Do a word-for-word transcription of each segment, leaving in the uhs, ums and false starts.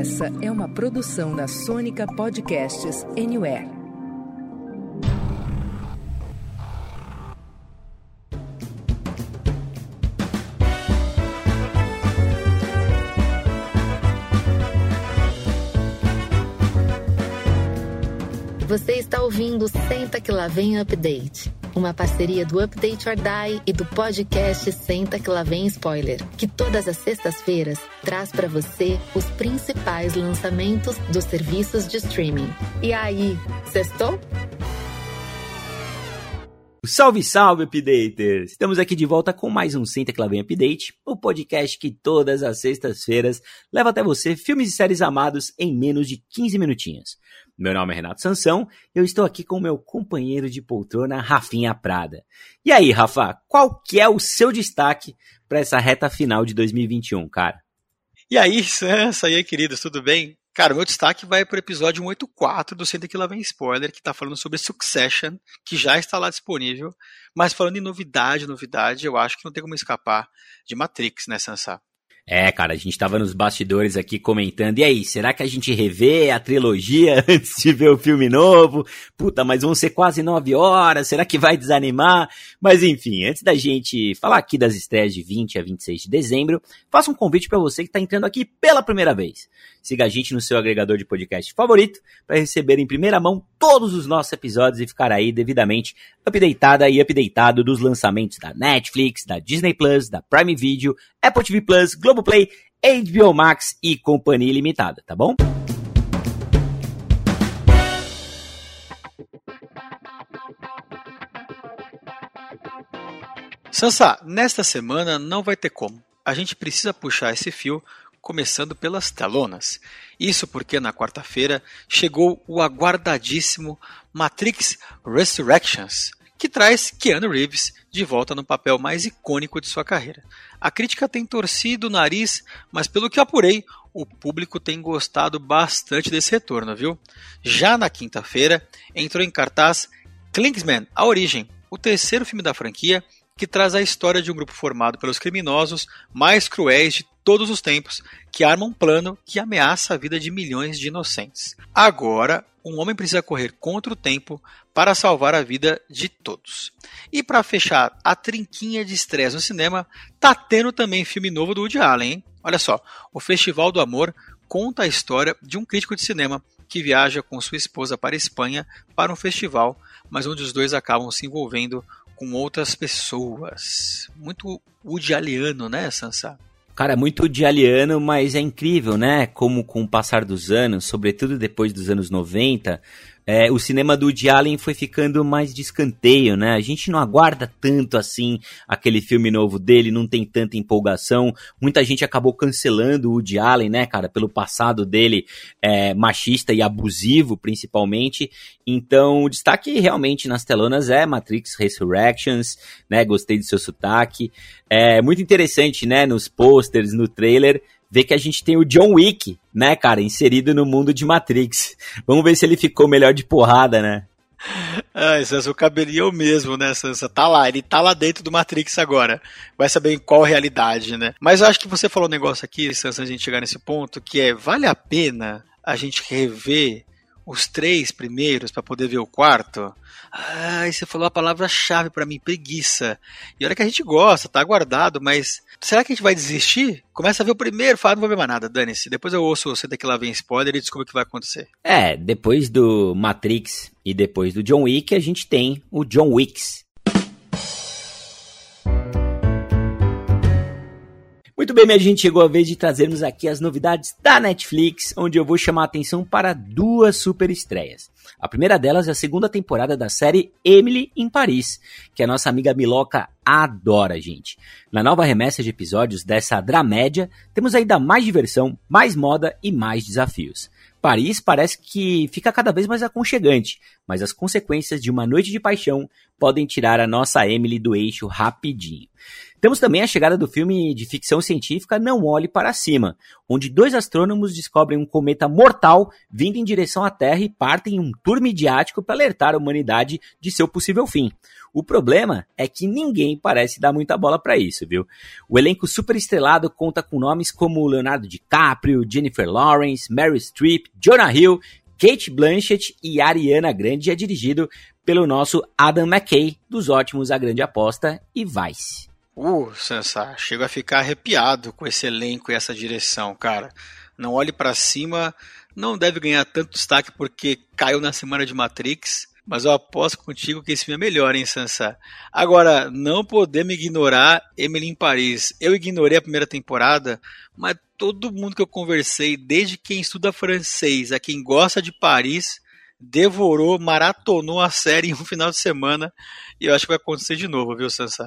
Essa é uma produção da Sônica Podcasts Anywhere. Você está ouvindo Senta Que Lá Vem Update, uma parceria do Update or Die e do podcast Senta Que Lá Vem Spoiler, que todas as sextas-feiras traz para você os principais lançamentos dos serviços de streaming. E aí, sextou? Salve, salve, Updaters! Estamos aqui de volta com mais um Senta Que Lá Vem Update, o podcast que todas as sextas-feiras leva até você filmes e séries amados em menos de quinze minutinhos. Meu nome é Renato Sansão e eu estou aqui com o meu companheiro de poltrona, Rafinha Prada. E aí, Rafa, qual que é o seu destaque para essa reta final de dois mil e vinte e um, cara? E aí, Sansa, e aí, queridos, tudo bem? Cara, o meu destaque vai para o episódio cento e oitenta e quatro do Senta Que Lá Vem Spoiler, que está falando sobre Succession, que já está lá disponível. Mas falando em novidade, novidade, eu acho que não tem como escapar de Matrix, né, Sansa? É, cara, a gente tava nos bastidores aqui comentando, e aí, será que a gente revê a trilogia antes de ver o filme novo? Puta, mas vão ser quase nove horas, será que vai desanimar? Mas enfim, antes da gente falar aqui das estreias de vinte a vinte e seis de dezembro, faço um convite pra você que tá entrando aqui pela primeira vez. Siga a gente no seu agregador de podcast favorito para receber em primeira mão todos os nossos episódios e ficar aí devidamente updatada e updatado dos lançamentos da Netflix, da Disney Plus, da Prime Video, Apple T V Plus, Globoplay, H B O Max e Companhia Limitada, tá bom? Sansa, nesta semana não vai ter como. A gente precisa puxar esse fio começando pelas telonas. Isso porque na quarta-feira chegou o aguardadíssimo Matrix Resurrections, que traz Keanu Reeves de volta no papel mais icônico de sua carreira. A crítica tem torcido o nariz, mas pelo que apurei, o público tem gostado bastante desse retorno, viu? Já na quinta-feira, entrou em cartaz Kingsman: A Origem, o terceiro filme da franquia, que traz a história de um grupo formado pelos criminosos mais cruéis de todos os tempos, que armam um plano que ameaça a vida de milhões de inocentes. Agora, um homem precisa correr contra o tempo para salvar a vida de todos. E para fechar a trinquinha de estresse no cinema, tá tendo também filme novo do Woody Allen, hein? Olha só, o Festival do Amor conta a história de um crítico de cinema que viaja com sua esposa para a Espanha para um festival, mas onde os dois acabam se envolvendo com outras pessoas. Muito Woody Alliano, né, Sansa? Cara, muito woodialiano, mas é incrível, né? Como com o passar dos anos, sobretudo depois dos anos noventa, é, o cinema do Woody Allen foi ficando mais de escanteio, né? A gente não aguarda tanto assim aquele filme novo dele, não tem tanta empolgação. Muita gente acabou cancelando o Woody Allen, né, cara? Pelo passado dele é, machista e abusivo, principalmente. Então, o destaque realmente nas telonas é Matrix Resurrections, né? Gostei do seu sotaque. É muito interessante, né? Nos posters, no trailer, ver que a gente tem o John Wick, né, cara, inserido no mundo de Matrix. Vamos ver se ele ficou melhor de porrada, né? Ah, Sansa, o cabelinho é o mesmo, né, Sansa? Tá lá, ele tá lá dentro do Matrix agora. Vai saber em qual realidade, né? Mas eu acho que você falou um negócio aqui, Sansa, antes de a gente chegar nesse ponto, que é, vale a pena a gente rever os três primeiros para poder ver o quarto? Ah, e você falou a palavra-chave para mim, preguiça. E olha que a gente gosta, tá guardado, mas será que a gente vai desistir? Começa a ver o primeiro, fala, não vou ver mais nada, dane-se. Depois eu ouço você daqui lá vem spoiler e descubro o que vai acontecer. É, depois do Matrix e depois do John Wick, a gente tem o John Wicks. Muito bem, minha gente, chegou a vez de trazermos aqui as novidades da Netflix, onde eu vou chamar a atenção para duas super estreias. A primeira delas é a segunda temporada da série Emily em Paris, que a nossa amiga Miloca adora, gente. Na nova remessa de episódios dessa dramédia, temos ainda mais diversão, mais moda e mais desafios. Paris parece que fica cada vez mais aconchegante, mas as consequências de uma noite de paixão podem tirar a nossa Emily do eixo rapidinho. Temos também a chegada do filme de ficção científica Não Olhe Para Cima, onde dois astrônomos descobrem um cometa mortal vindo em direção à Terra e partem em um tour midiático para alertar a humanidade de seu possível fim. O problema é que ninguém parece dar muita bola pra isso, viu? O elenco super estrelado conta com nomes como Leonardo DiCaprio, Jennifer Lawrence, Meryl Streep, Jonah Hill, Cate Blanchett e Ariana Grande, e é dirigido pelo nosso Adam McKay, dos ótimos A Grande Aposta e Vice. Uh, Sansa, chego a ficar arrepiado com esse elenco e essa direção, cara. Não olhe pra cima, não deve ganhar tanto destaque porque caiu na semana de Matrix, mas eu aposto contigo que esse filme é melhor, hein, Sansa? Agora, não podemos ignorar Emily em Paris. Eu ignorei a primeira temporada, mas todo mundo que eu conversei, desde quem estuda francês a quem gosta de Paris, devorou, maratonou a série em um final de semana, e eu acho que vai acontecer de novo, viu, Sansa?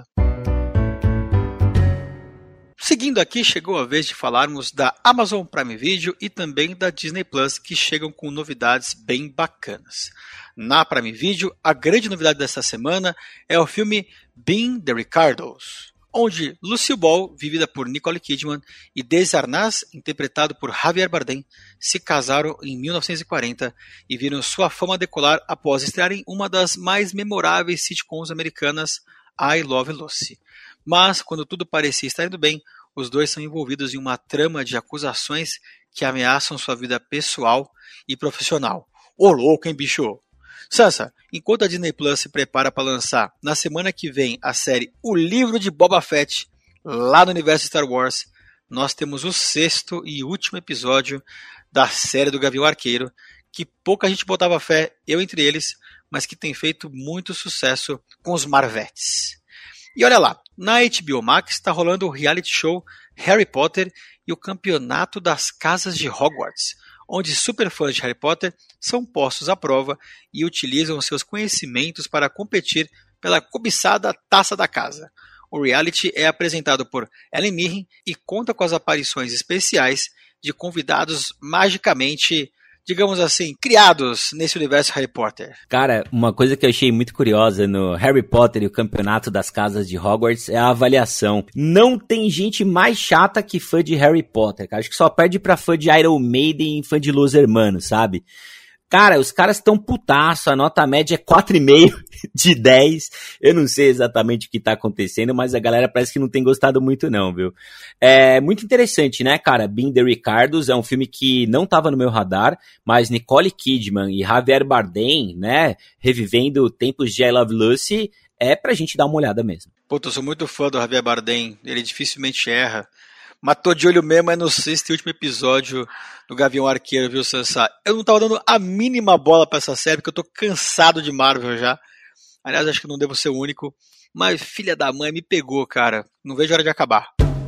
Seguindo aqui, chegou a vez de falarmos da Amazon Prime Video e também da Disney Plus, que chegam com novidades bem bacanas. Na Prime Video, a grande novidade desta semana é o filme Being the Ricardos, onde Lucille Ball, vivida por Nicole Kidman, e Desi Arnaz, interpretado por Javier Bardem, se casaram em mil novecentos e quarenta e viram sua fama decolar após estrearem uma das mais memoráveis sitcoms americanas, I Love Lucy. Mas, quando tudo parecia estar indo bem, os dois são envolvidos em uma trama de acusações que ameaçam sua vida pessoal e profissional. Ô louco, hein, bicho? Sansa, enquanto a Disney Plus se prepara para lançar na semana que vem a série O Livro de Boba Fett, lá no universo Star Wars, nós temos o sexto e último episódio da série do Gavião Arqueiro, que pouca gente botava fé, eu entre eles, mas que tem feito muito sucesso com os Marvetes. E olha lá, na H B O Max está rolando o reality show Harry Potter e o Campeonato das Casas de Hogwarts, onde superfãs de Harry Potter são postos à prova e utilizam seus conhecimentos para competir pela cobiçada Taça da Casa. O reality é apresentado por Ellen Mirren e conta com as aparições especiais de convidados magicamente, digamos assim, criados nesse universo Harry Potter. Cara, uma coisa que eu achei muito curiosa no Harry Potter e o Campeonato das Casas de Hogwarts é a avaliação. Não tem gente mais chata que fã de Harry Potter, cara. Acho que só perde pra fã de Iron Maiden e fã de Los Hermanos, sabe? Cara, os caras estão putaço, a nota média é quatro vírgula cinco de dez. Eu não sei exatamente o que tá acontecendo, mas a galera parece que não tem gostado muito não, viu? É muito interessante, né, cara? Being the Ricardos é um filme que não tava no meu radar, mas Nicole Kidman e Javier Bardem, né, revivendo tempos de I Love Lucy, é pra gente dar uma olhada mesmo. Pô, eu sou muito fã do Javier Bardem, ele dificilmente erra. Mas tô de olho mesmo é no sexto e último episódio do Gavião Arqueiro, viu, Sansa? Eu não tava dando a mínima bola pra essa série, porque eu tô cansado de Marvel já. Aliás, acho que não devo ser o único. Mas, filha da mãe, me pegou, cara. Não vejo a hora de acabar.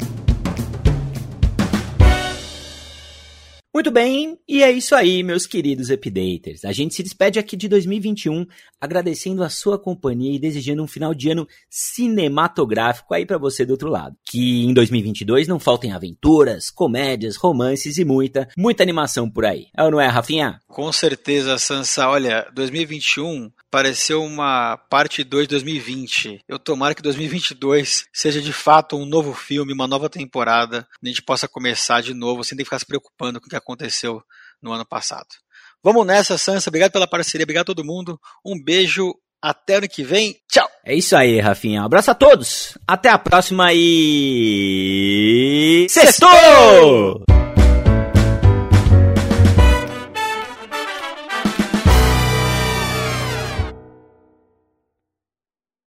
Muito bem, e é isso aí, meus queridos updaters. A gente se despede aqui de dois mil e vinte e um, agradecendo a sua companhia e desejando um final de ano cinematográfico aí pra você do outro lado. Que em dois mil e vinte e dois não faltem aventuras, comédias, romances e muita, muita animação por aí. É ou não é, Rafinha? Com certeza, Sansa. Olha, dois mil e vinte e um pareceu uma parte dois de dois mil e vinte. Eu tomara que dois mil e vinte e dois seja de fato um novo filme, uma nova temporada, a gente possa começar de novo sem ter que ficar se preocupando com o que aconteceu no ano passado. Vamos nessa, Sansa. Obrigado pela parceria, obrigado a todo mundo. Um beijo, até ano que vem. Tchau! É isso aí, Rafinha. Um abraço a todos. Até a próxima e... Sextou!